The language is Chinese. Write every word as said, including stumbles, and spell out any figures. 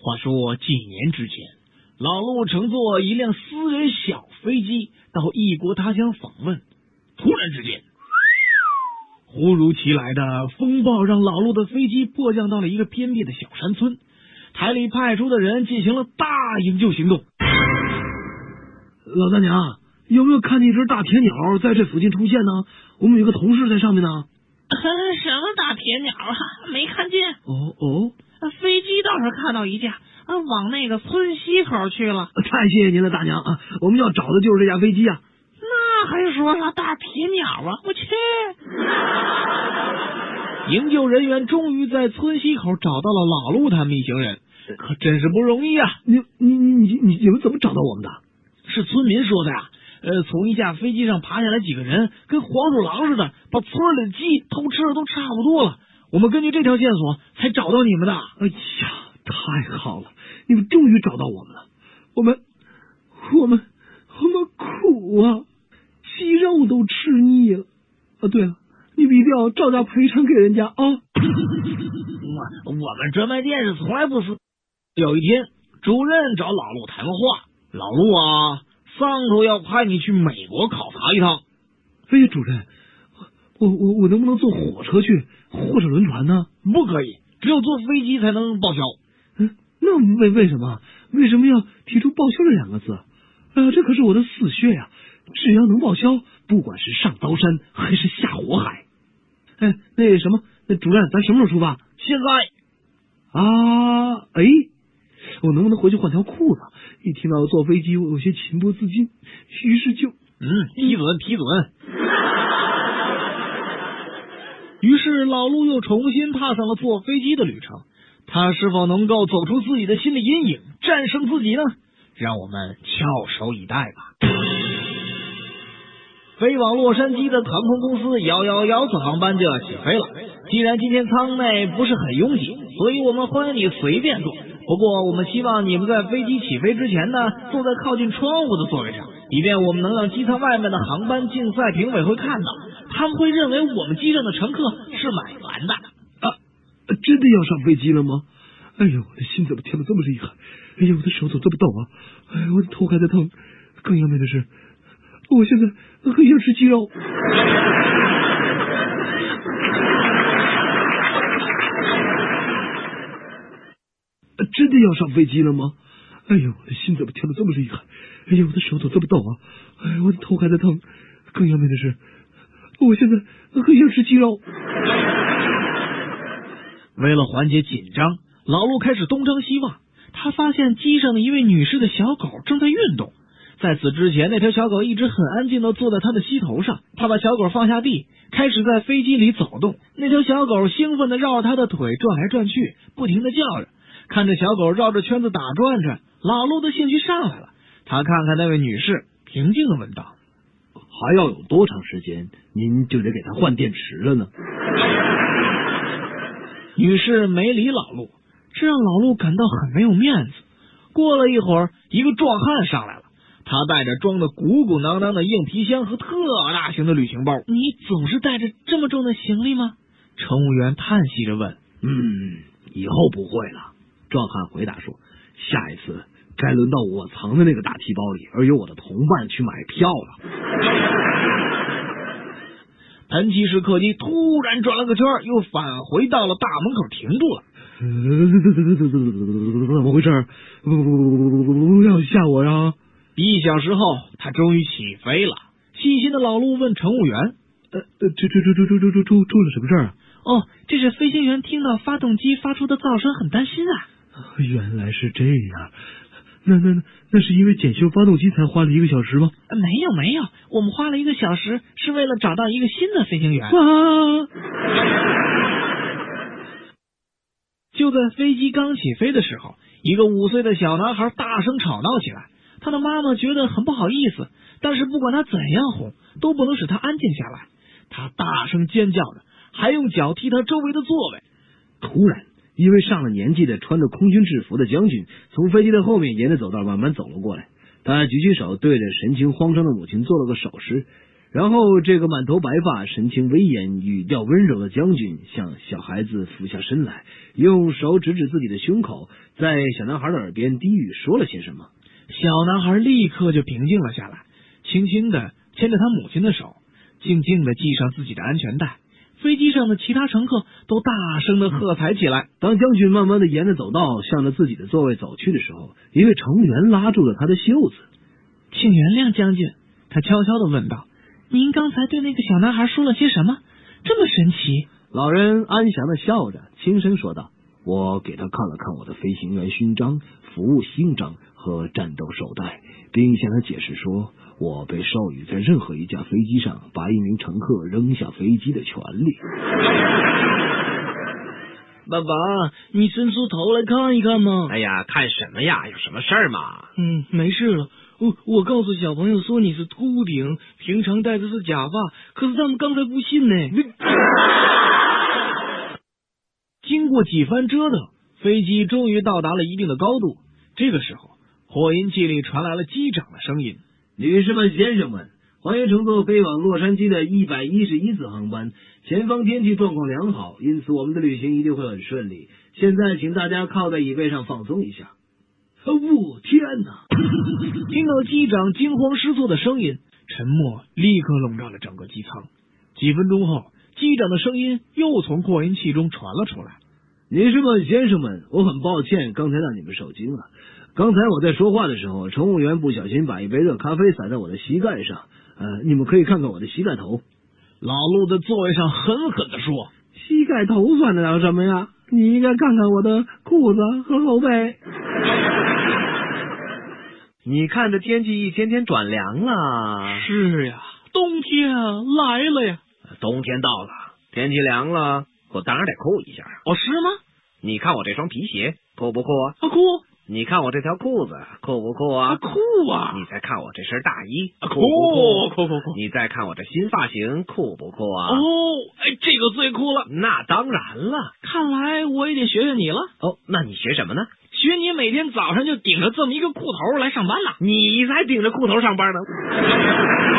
话说几年之前，老陆乘坐一辆私人小飞机到异国他乡访问，突然之间，忽如其来的风暴让老陆的飞机迫降到了一个偏僻的小山村。台里派出的人进行了大营救行动。 老大娘，有没有看见一只大铁鸟在这附近出现呢？我们有个同事在上面呢。 什么大铁鸟啊？没看见。 哦哦， 飞机倒是看到一架，往那个村西口去了。 太谢谢您了，大娘啊！我们要找的就是这架飞机啊。 那还说啥大铁鸟啊？我去！ 营救人员终于在村西口找到了老陆他们一行人，可真是不容易啊！ 你你你你你你们怎么找到我们的？ 是村民说的呀。呃，从一架飞机上爬下来几个人，跟黄鼠狼似的，把村里的鸡偷吃的都差不多了。我们根据这条线索才找到你们的。 哎呀，太好了！你们终于找到我们了。我们我们我们苦啊，鸡肉都吃腻了。啊，对了，你们一定要照价赔偿给人家啊！ 我我们专卖店是从来不死。有一天，主任找老陆谈个话，老陆啊。上头要派你去美国考察一趟。 哎呀，主任，我我我能不能坐火车去，或者轮船呢？ 不可以，只有坐飞机才能报销。 嗯，那为为什么为什么要提出报销这两个字？呃，这可是我的死穴呀！只要能报销，不管是上刀山还是下火海。哎，那什么，那主任，咱什么时候出发？ 现在。 啊，哎。我能不能回去换条裤子？一听到坐飞机，我有些情不自禁，于是就嗯批准批准。于是老陆又重新踏上了坐飞机的旅程。他是否能够走出自己的心理阴影，战胜自己呢？让我们翘首以待吧。飞往洛杉矶的航空公司一一一次航班就要起飞了。既然今天舱内不是很拥挤，所以我们欢迎你随便坐。不过我们希望你们在飞机起飞之前呢，坐在靠近窗户的座位上，以便我们能让机舱外面的航班竞赛评委会看到，他们会认为我们机上的乘客是买单的。 啊，真的要上飞机了吗？哎呦，我的心怎么跳得这么厉害？哎呦，我的手怎么这么抖啊？哎，我的头还在疼。更要命的是，我现在很想吃鸡肉。真的要上飞机了吗？哎呦，我的心怎么跳得这么厉害？哎呦，我的手怎么这么抖啊？哎，我的头还在疼。更要命的是，我现在很想吃鸡肉。 为了缓解紧张，老陆开始东张西望。他发现机上的一位女士的小狗正在运动。在此之前，那条小狗一直很安静的坐在他的膝头上。他把小狗放下地，开始在飞机里走动。那条小狗兴奋的绕着他的腿转来转去，不停的叫着。看着小狗绕着圈子打转着，老陆的兴趣上来了。他看看那位女士，平静的问道： 还要有多长时间您就得给他换电池了呢？ 女士没理老陆，这让老陆感到很没有面子。过了一会儿，一个壮汉上来了，他带着装的鼓鼓囊囊的硬皮箱和特大型的旅行包。你总是带着这么重的行李吗？乘务员叹息着问。 嗯，以后不会了。壮汉回答说，下一次该轮到我藏的那个大提包里，而由我的同伴去买票了。 喷气式客机突然转了个圈，又返回到了大门口停住了。 怎么回事？不要吓我呀！ 一小时后，他终于起飞了。细心的老陆问乘务员： 呃，这这这这这这这出出了什么事啊？ 哦，这是飞行员听到发动机发出的噪声，很担心啊。 原来是这样，那那那是因为检修发动机才花了一个小时吗？ 没有没有，我们花了一个小时是为了找到一个新的飞行员。 啊！ 就在飞机刚起飞的时候，一个五岁的小男孩大声吵闹起来。他的妈妈觉得很不好意思，但是不管他怎样哄，都不能使他安静下来。他大声尖叫着，还用脚踢他周围的座位。 突然，一位上了年纪的穿着空军制服的将军从飞机的后面沿着走道慢慢走了过来。他举起手，对着神情慌张的母亲做了个手势， 然后这个满头白发、神情威严、语调温柔的将军向小孩子俯下身来，用手指指自己的胸口，在小男孩的耳边低语说了些什么。 小男孩立刻就平静了下来，轻轻的牵着他母亲的手，静静的系上自己的安全带。飞机上的其他乘客都大声的喝彩起来。 当将军慢慢的沿着走道向着自己的座位走去的时候，一位成员拉住了他的袖子。 请原谅将军，他悄悄的问道，您刚才对那个小男孩说了些什么？这么神奇。 老人安详的笑着，轻声说道，我给他看了看我的飞行员勋章、服务勋章和战斗手带，并向他解释说，我被授予在任何一架飞机上把一名乘客扔下飞机的权利。 爸爸，你伸出头来看一看嘛。 哎呀，看什么呀？有什么事儿嘛？ 嗯，没事了。我我告诉小朋友说你是秃顶，平常戴的是假发，可是他们刚才不信呢。经过几番折腾，飞机终于到达了一定的高度。这个时候，扩音器里传来了机长的声音： 女士们、先生们，欢迎乘坐飞往洛杉矶的一百一十一次航班。前方天气状况良好，因此我们的旅行一定会很顺利。现在请大家靠在椅背上放松一下。哦，天哪！ 听到机长惊慌失措的声音，沉默立刻笼罩了整个机舱。几分钟后，机长的声音又从扩音器中传了出来： 女士们、先生们，我很抱歉刚才让你们受惊了。刚才我在说话的时候，乘务员不小心把一杯热咖啡洒在我的膝盖上，呃，你们可以看看我的膝盖头。 老陆在座位上狠狠地说： 膝盖头算得了什么呀？你应该看看我的裤子和后背。 你看这天气一天天转凉了。 是呀，冬天来了呀。 冬天到了，天气凉了，我当然得酷一下。 哦，是吗？ 你看我这双皮鞋酷不酷啊？ 啊，酷。 你看我这条裤子酷不酷啊？ 啊，酷啊！ 你再看我这身大衣， 啊、 酷不酷？ 酷酷酷！ 你再看我这新发型，酷不酷啊？ 哦，哎，这个最酷了。 那当然了， 看来我也得学学你了。 哦，那你学什么呢？ 学你每天早上就顶着这么一个裤头来上班呢。 你才顶着裤头上班呢。